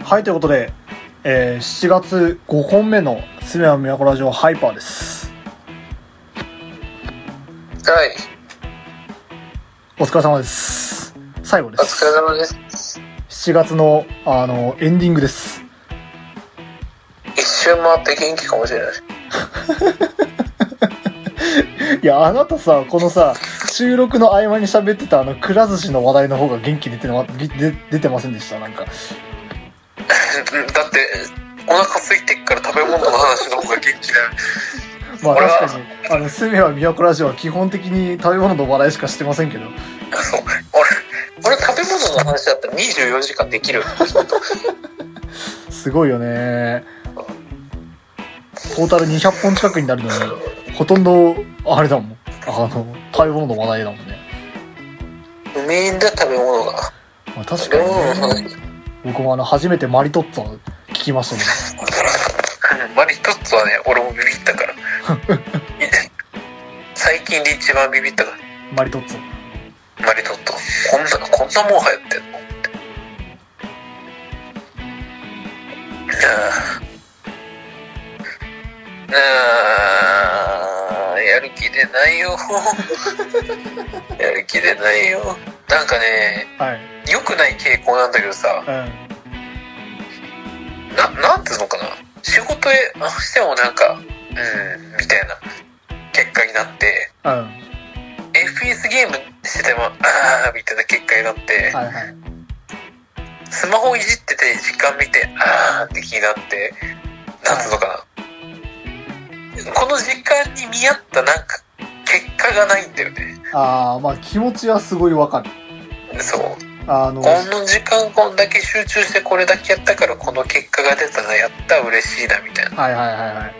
はい、ということで、7月5本目のすめはみやこラジオハイパーです。 はい。 お疲れ様です。最後です。 お疲れ様です。 7月のエンディングです。 一周回って元気かもしれない。 いや、あなたさ、このさ、収録の合間に喋ってたくら寿司の話題の方が元気出てませんでした？なんか。 だってお腹空いてっから食べ物の話の方が元気だよ。 まあ確かにすめはみやこラジオは基本的に食べ物の話題しかしてませんけど。 そう、俺食べ物の話だったら24時間できる。 すごいよね。トータル200本近くになるのにほとんどあれだもん。食べ物の話題だもんね。 うめえんだ食べ物が。 まあ、確かに、ね、僕も初めてマリトッツォ聞きましたね。 マリトッツォはね、俺もビビったから。最近で一番ビビったから。 マリトッツォ。 マリトッツォ。こんなもん流行ってんの？やる気出ないよ。やる気出ないよ。なんかね、 はい、 良くない傾向なんだけどさ、なんていうのかな、仕事へしてもなんかみたいな結果になって、FPS ゲームしててもみたいな結果になって、 はいはい、 スマホいじってて時間見てって気になって、なんていうのかな、この時間に見合ったなんか結果がないんだよね。 まあ気持ちはすごいわかる。 そう。この時間こんだけ集中してこれだけやったからこの結果が出たらやったら嬉しいなみたいな。 はいはいはいはい。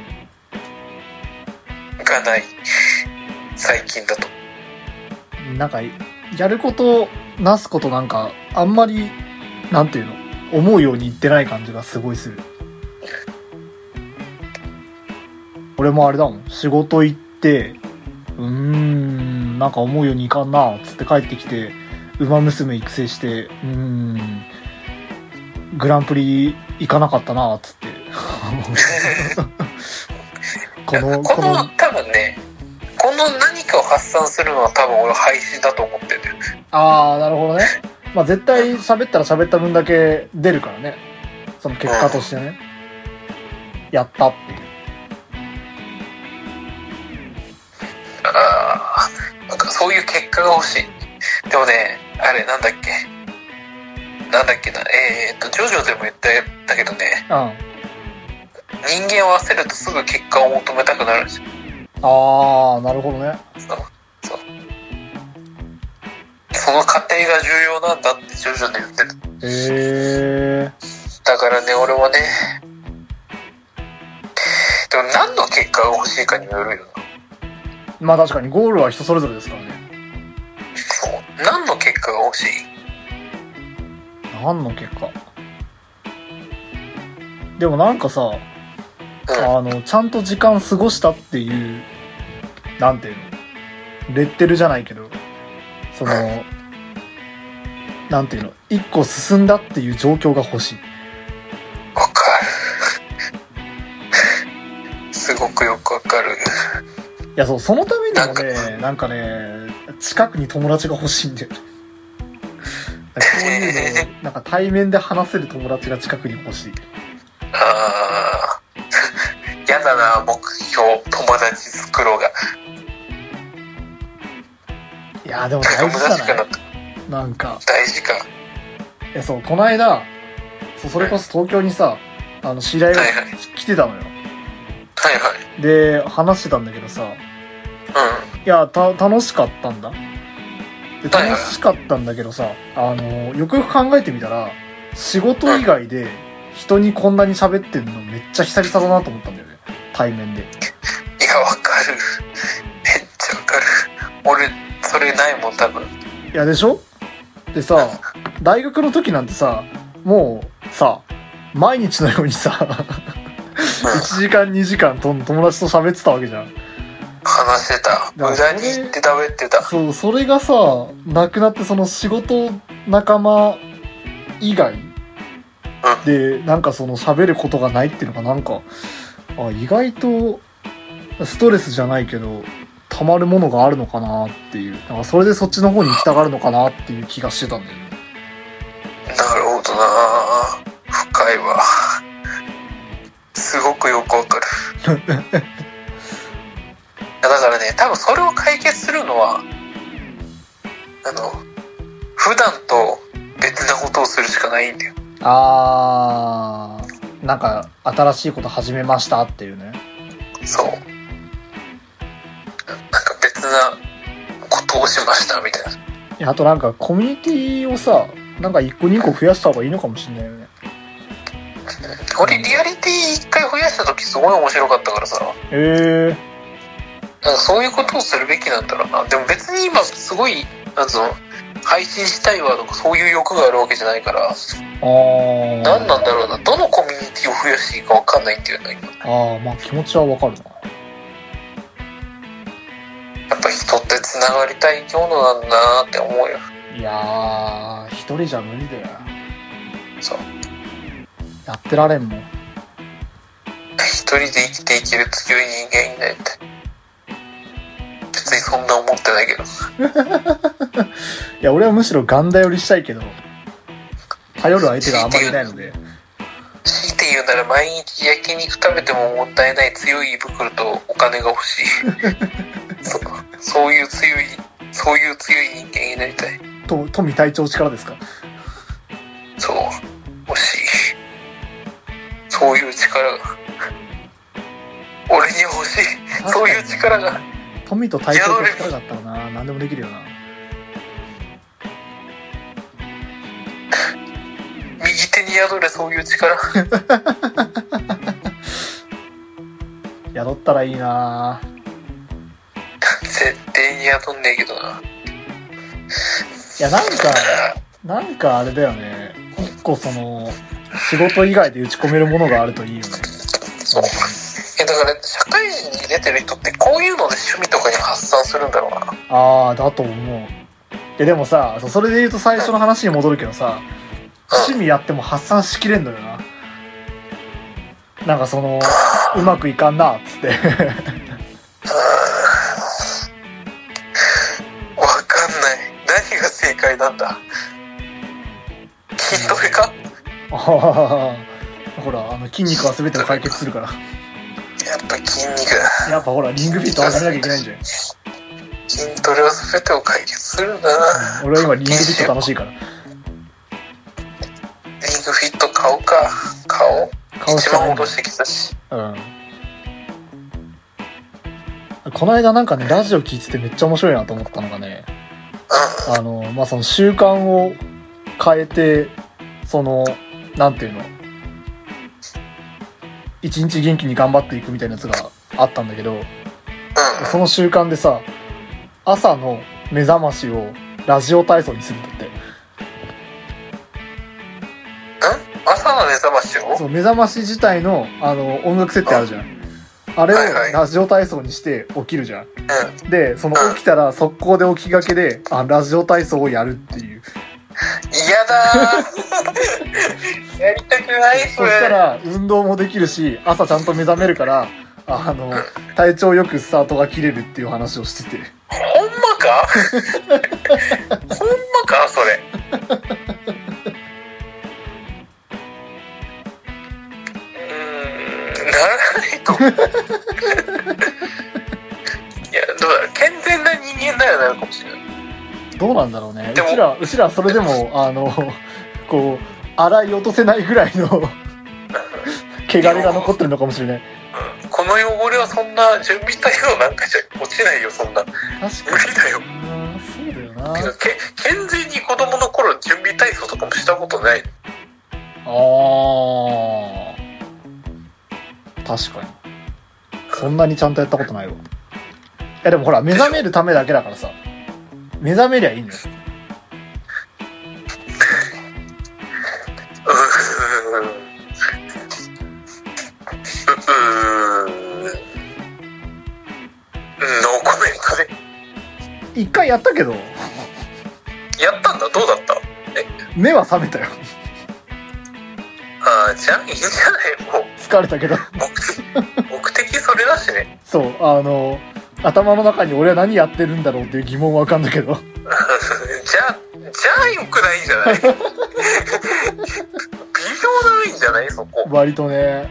がない。最近だと。 なんかやることなすことなんかあんまりなんていうの思うようにいってない感じがすごいする。俺もあれだもん、仕事行ってなんか思うようにいかんなつって帰ってきて馬娘育成してグランプリ行かなかったなつってこの多分ね、この何かを発散するのは多分俺配信だと思ってるんだよ。 なるほどね。まあ絶対喋ったら喋った分だけ出るからね、その結果としてね、やったっていう。 なんかそういう結果が欲しい。でもね、あれなんだっけな、ジョジョでも言ったけどね、人間を焦るとすぐ結果を求めたくなるんですよ。 なるほどね。 そうその過程が重要なんだってジョジョで言ってた。だからね、俺はね、でも何の結果が欲しいかにもよるよな。 まあ確かにゴールは人それぞれですからね。 そう、何の結果が欲しい？ 何の結果？でもなんかさ、ちゃんと時間過ごしたっていう、なんていうの、レッテルじゃないけど、なんていうの、一個進んだっていう状況が欲しい。 わかる。すごくよくわかる。 いや、そのためにもね、なんかね、近くに友達が欲しいんだよね。こういうのをなんか対面で話せる友達が近くに欲しい。 やだな、目標友達作ろうが。 いやでも大事じゃない？なんか大事か。 いや、そう、この間それこそ東京にさ、知り合いが来てたのよ。 はいはい。 で話してたんだけどさ、いや楽しかったんだ。で楽しかったんだけどさ、よくよく考えてみたら仕事以外で人にこんなに喋ってんのめっちゃ久々だなと思ったんだよね、対面で。 いや、わかる。めっちゃわかる。俺それないもん多分。 いやでしょ。でさ、大学の時なんてさ、もうさ毎日のようにさ1時間2時間友達と喋ってたわけじゃん。 話してた。無駄に行って食べてた。 そう、それがさなくなって、その仕事仲間以外でなんかその喋ることがないっていうのがなんか意外とストレスじゃないけど溜まるものがあるのかなっていう、なんかそれでそっちの方に行きたがるのかなっていう気がしてたんだよね。 なるほどな、深いわ、すごくよくわかるだからね、多分それを解決するのは普段と別なことをするしかないんだよ。 なんか新しいこと始めましたっていうね。 そう、なんか別なことをしましたみたいな。 いや、あとなんかコミュニティをさ、なんか1個2個増やした方がいいのかもしれないよね。 俺リアリティ1回増やした時すごい面白かったからさ。なんかそういうことをするべきなんだろうな。でも別に今すごい配信したいわとかそういう欲があるわけじゃないから、何なんだろうな、どのコミュニティを増やしていいか分かんないっていうの今。 まあ気持ちは分かるな。 やっぱ人ってつながりたい生き物なんだなって思うよ。 いやー、一人じゃ無理だよ。 そう、 やってられんもん。 一人で生きていける強い人間になりたい。別にそんな思ってないけどいや、俺はむしろガンダよりしたいけど、頼る相手があんまりいないので。 強いて言うなら毎日焼肉食べてももったいない強い胃袋とお金が欲しいそういう強い人間になりたい。 富隊長力ですか？ そう、欲しい。そういう力が俺には欲しい。そういう力が富と隊長と力だったらな、何でもできるよな。 右手に宿れ、そういう力宿ったらいいな。 絶対に宿んねえけどな。 いや、なんかあれだよね、一個その仕事以外で打ち込めるものがあるといいよね。 そう、だから社会人に出てる人ってこういうので趣味とかに発散するんだろうな。 だと思う。でもさ、それで言うと最初の話に戻るけどさ、趣味やっても発散しきれんのよな。なんかそのうまくいかんなっつってわかんない。何が正解なんだ。筋トレか。 ほら、筋肉は全てを解決するから。 やっぱ筋肉だ。 やっぱほら、リングフィット始めなきゃいけないんじゃん。 筋トレは全てを解決するんだな。 俺は今リングフィット楽しいから。 リングフィット買おうか。1万落としてきたし。 この間なんかね、ラジオ聞いててめっちゃ面白いなと思ったのがね、まあその習慣を変えて、そのなんていうの、一日元気に頑張っていくみたいなやつがあったんだけど、その習慣でさ、朝の目覚ましをラジオ体操にするんだって。 朝の目覚ましを？ そう、目覚まし自体の音楽設定あるじゃん。あれをラジオ体操にして起きるじゃん。で、その起きたら速攻で起きがけでラジオ体操をやるっていう。 嫌だーやりたくない。 そしたら運動もできるし、朝ちゃんと目覚めるから体調よくスタートが切れるっていう話をしてて。 ほんまかほんまかそれ。ならないといや、どうだろう、健全な人間ならなるかもしれない。 どうなんだろうね。うちらそれでもこう洗い落とせないぐらいの汚れが残ってるのかもしれない。 この汚れはそんな準備体操なんかじゃ落ちないよ、そんな。 確かに無理だよ。 そうだよな。 健全に子供の頃準備体操とかもしたことない。 確かにそんなにちゃんとやったことないわ。いやでもほら、目覚めるためだけだからさ、目覚めりゃいいんだよ。 ノーコメントで。 一回やったけど。 やったんだ。どうだった？ 目は覚めたよ。 じゃあいいんじゃない？もう疲れたけど目的それだしね。 そう頭の中に俺は何やってるんだろうっていう疑問は浮かんだけどじゃあ良くないんじゃない？微妙なラインじゃない？そこ割とね。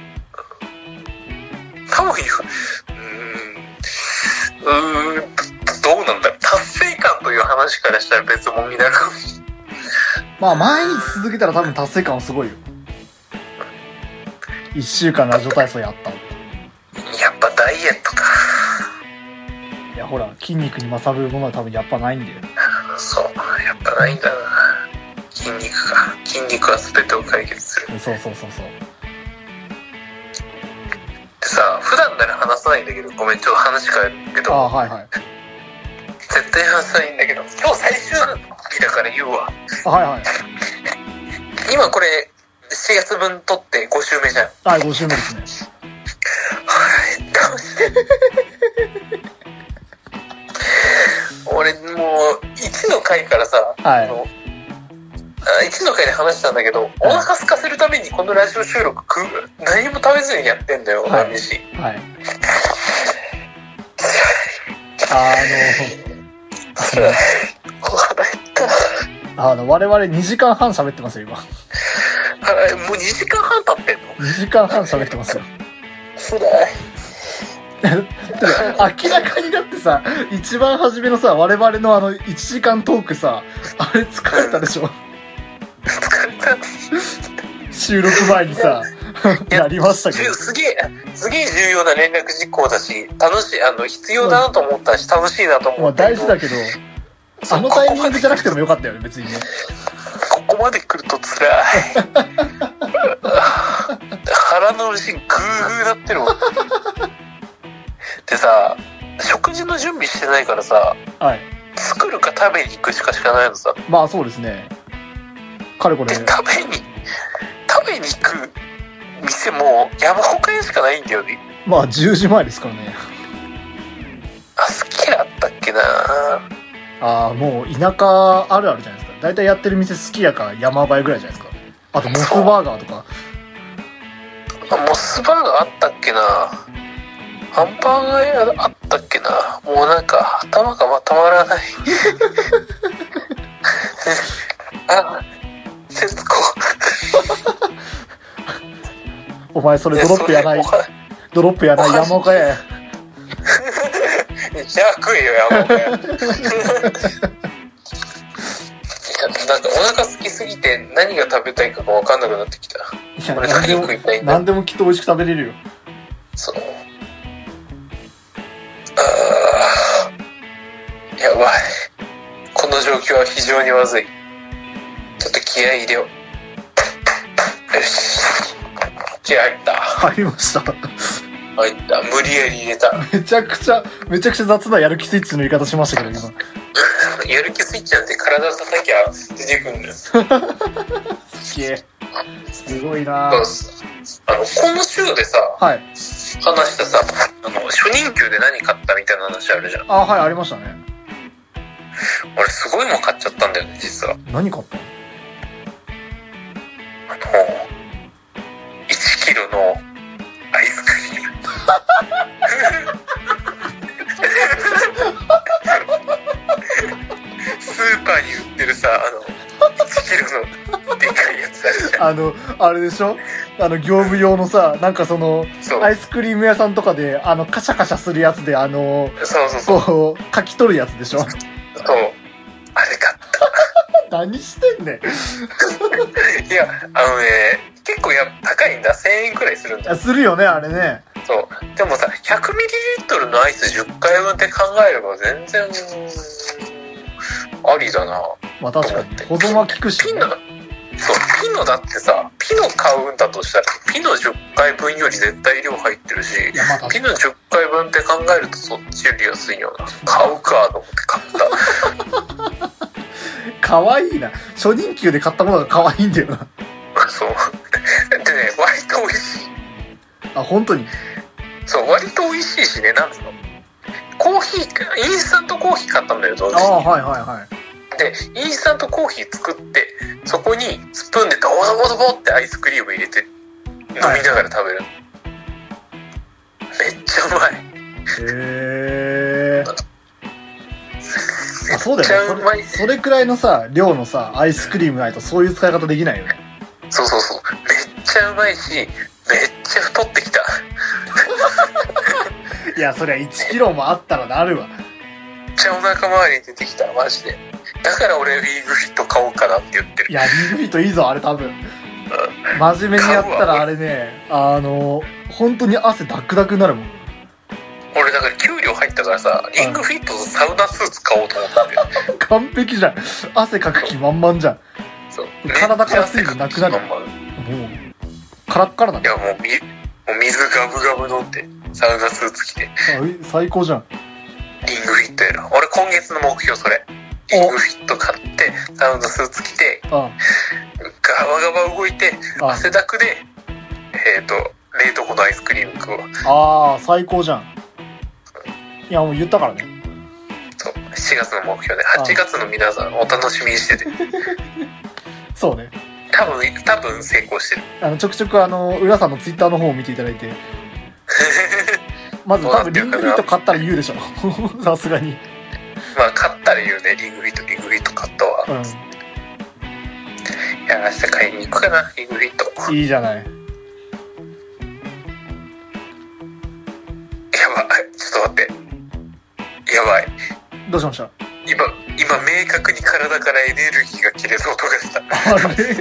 多分どうなんだろう。達成感という話からしたら別物になるかもしれない。 まあ毎日続けたら多分達成感はすごいよ。1週間ラジオ体操やったの。 やっぱダイエットか。 いやほら筋肉に勝るものは多分やっぱないんだよ。 そうやっぱないんだな。筋肉は全てを解決する。 そうでさ、普段なら話さないんだけど、ごめんちょっと話変えるけど、 はいはい、 絶対話さないんだけど、今日最終日だから言うわ。 はいはい。 今これ7月分撮って5週目じゃん。 はい、5週目ですね。 どうして俺もう1の回からさ、 はい、 1の回で話したんだけど、お腹空かせるためにこのラジオ収録何も食べずにやってんだよ、 はい、 飯。 はい。我々2時間半喋ってますよ今。 もう2時間半経ってんの ？2時間半喋ってますよ。 つらい。 明らかにだってさ、一番初めのさ、我々の1時間トークさ、あれ疲れたでしょ？ 疲れた。 収録前にさやりましたけど、 すげえ重要な連絡事項だし、楽しい、必要だなと思ったし、楽しいなと思ったけど、 大事だけど、あのタイミングじゃなくてもよかったよね、別にね。 ここまで来ると辛い。腹の内グーグーなってるもん。でさ、食事の準備してないからさ、 はい、 作るか食べに行くしかないのさ。 まあそうですね。かれこれ。 食べに行く店も山岡屋しかないんだよね。 まあ10時前ですからね。 好きだったっけな。 もう田舎あるあるじゃないですか。だいたいやってる店好きやから山岡屋ぐらいじゃないですか。あとモスバーガーとか。 モスバーガーあったっけな。ハンバーガー屋あったっけな。もうなんか頭がまとまらない。節子。 お前それドロップやない山岡屋や。 じゃあ食えよ山岡屋。なんかお腹空きすぎて何が食べたいかが分かんなくなってきた。俺何食いたいんだ。 何でもきっと美味しく食べれるよ。 そう。やばい。この状況は非常にまずい。ちょっと気合い入れよう。よし。気合入った。 入りました。 入った。無理やり入れた。 めちゃくちゃ雑なやる気スイッチの言い方しましたけど今。 やる気スイッチなんて体叩きゃ出てくるんだよ。すげえ。すごいな。 この週でさ、 はい、 話したさ、初任給で何買ったみたいな話あるじゃん。 はい、ありましたね。 俺すごいもん買っちゃったんだよね、実は。 何買ったの ？1キロのアイスクリーム。スーパーに売ってるさ、1キロのでかいやつあるじゃん。 あれでしょ？業務用のさ、なんかアイスクリーム屋さんとかで、カシャカシャするやつで、 そうこう、かき取るやつでしょ？ そう。あれ買った。 何してんねん。 いや、結構高いんだ。1000円くらいするんだ。 するよね、あれね。 そう。でもさ、100ml のアイス10回分って考えれば全然、ありだな。 まあ確かに。保存は効くし、ね。 ピノだってさ、ピノ買うんだとしたら、ピノ10回分より絶対量入ってるし、ピノ10回分って考えるとそっちより安いよな。買うかと思って買った。 かわいいな。初任給で買ったものがかわいいんだよな。 そう。でね、割と美味しい。 本当に？ そう、割と美味しいしね、なんつうの。コーヒー、インスタントコーヒー買ったんだよ、同時に。 はいはいはい。 で、インスタントコーヒー作って、 そこにスプーンでドボドボドボってアイスクリーム入れて飲みながら食べる、めっちゃうまい。 へー。あ、そうだよね。それくらいのさ量のさアイスクリームないとそういう使い方できないよね。 そうそうそう、めっちゃうまいし、めっちゃ太ってきた。 いやそりゃ1キロもあったらなるわ。 めっちゃお腹周りに出てきたマジで。だから俺リングフィット買おうかなって言ってる。 いやリングフィットいいぞあれ多分。真面目にやったらあれね、本当に汗ダクダクになるもん。 俺だから給料入ったからさ、リングフィットとサウナスーツ買おうと思ったんだよ。 完璧じゃん。汗かく気満々じゃん。 そう、 体から水分なくなる。もうカラッカラなんだ。 いやもう水ガブガブ飲んでサウナスーツ着て最高じゃん。 リングフィットやる。俺今月の目標それ。リングフィット買ってサウナスーツ着てガバガバ動いて汗だくで冷凍庫のアイスクリーム食うわ。 ああ最高じゃん。いやもう言ったからね。 そう、7月の目標で8月の皆さんお楽しみにしてて。 そうね、 多分成功してる。 ちょくちょく浦さんのツイッターの方を見ていただいてまず多分リングフィット買ったら言うでしょ。さすがに。 まあ買ったら言うね。リングフィット買ったわ、いや明日買いに行くかなリングフィット。 いいじゃない。やばい、ちょっと待って、やばい。 どうしました？ 今明確に体からエネルギーが切れる音がした。 あれ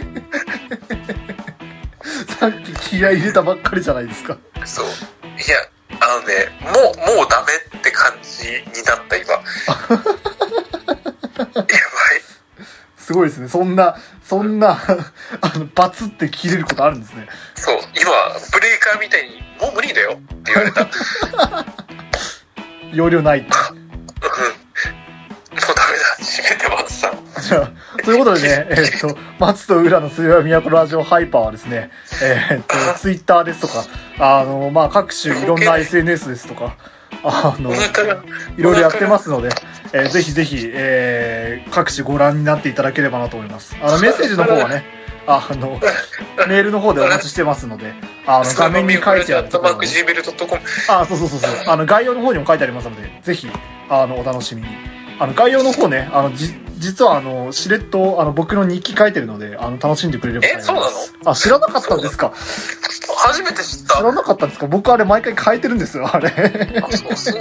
さっき気合い入れたばっかりじゃないですか。 そう、いやもうダメって感じになった今。やばい。 すごいですね。そんなバツって切れることあるんですね。 そう、今ブレーカーみたいにもう無理だよって言われた。 容量ないって。 もうダメだ、閉めてますさ。 じゃあということでね、松と浦の水曜都ラジオハイパーはですね、ツイッターですとかまあ各種いろんな SNS ですとかいろいろやってますので、ぜひぜひ、各種ご覧になっていただければなと思います。メッセージの方はね、メールの方でお待ちしてますので、画面に書いてあるところ、そう概要の方にも書いてありますので、ぜひお楽しみに。概要の方ね、実はしれっと僕の日記書いてるので楽しんでくれればと思います。 そうなの？ 知らなかったんですか？ 初めて知った。 知らなかったんですか？僕あれ毎回書いてるんですよ、あれ。そうなんだ。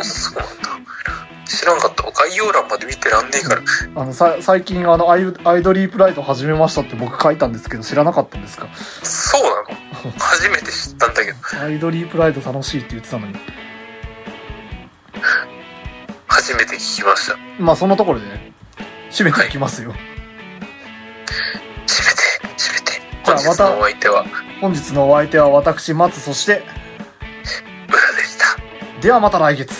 知らんかった。概要欄まで見てらんねえから。最近アイドリープライド始めましたって僕書いたんですけど、知らなかったんですか？ そうなの？初めて知ったんだけど。 アイドリープライド楽しいって言ってたのに。 初めて聞きました。 まあそんなところでね、締めていきますよ。 締めて。 じゃあまた本日のお相手は私松、そして浦でした。 ではまた来月。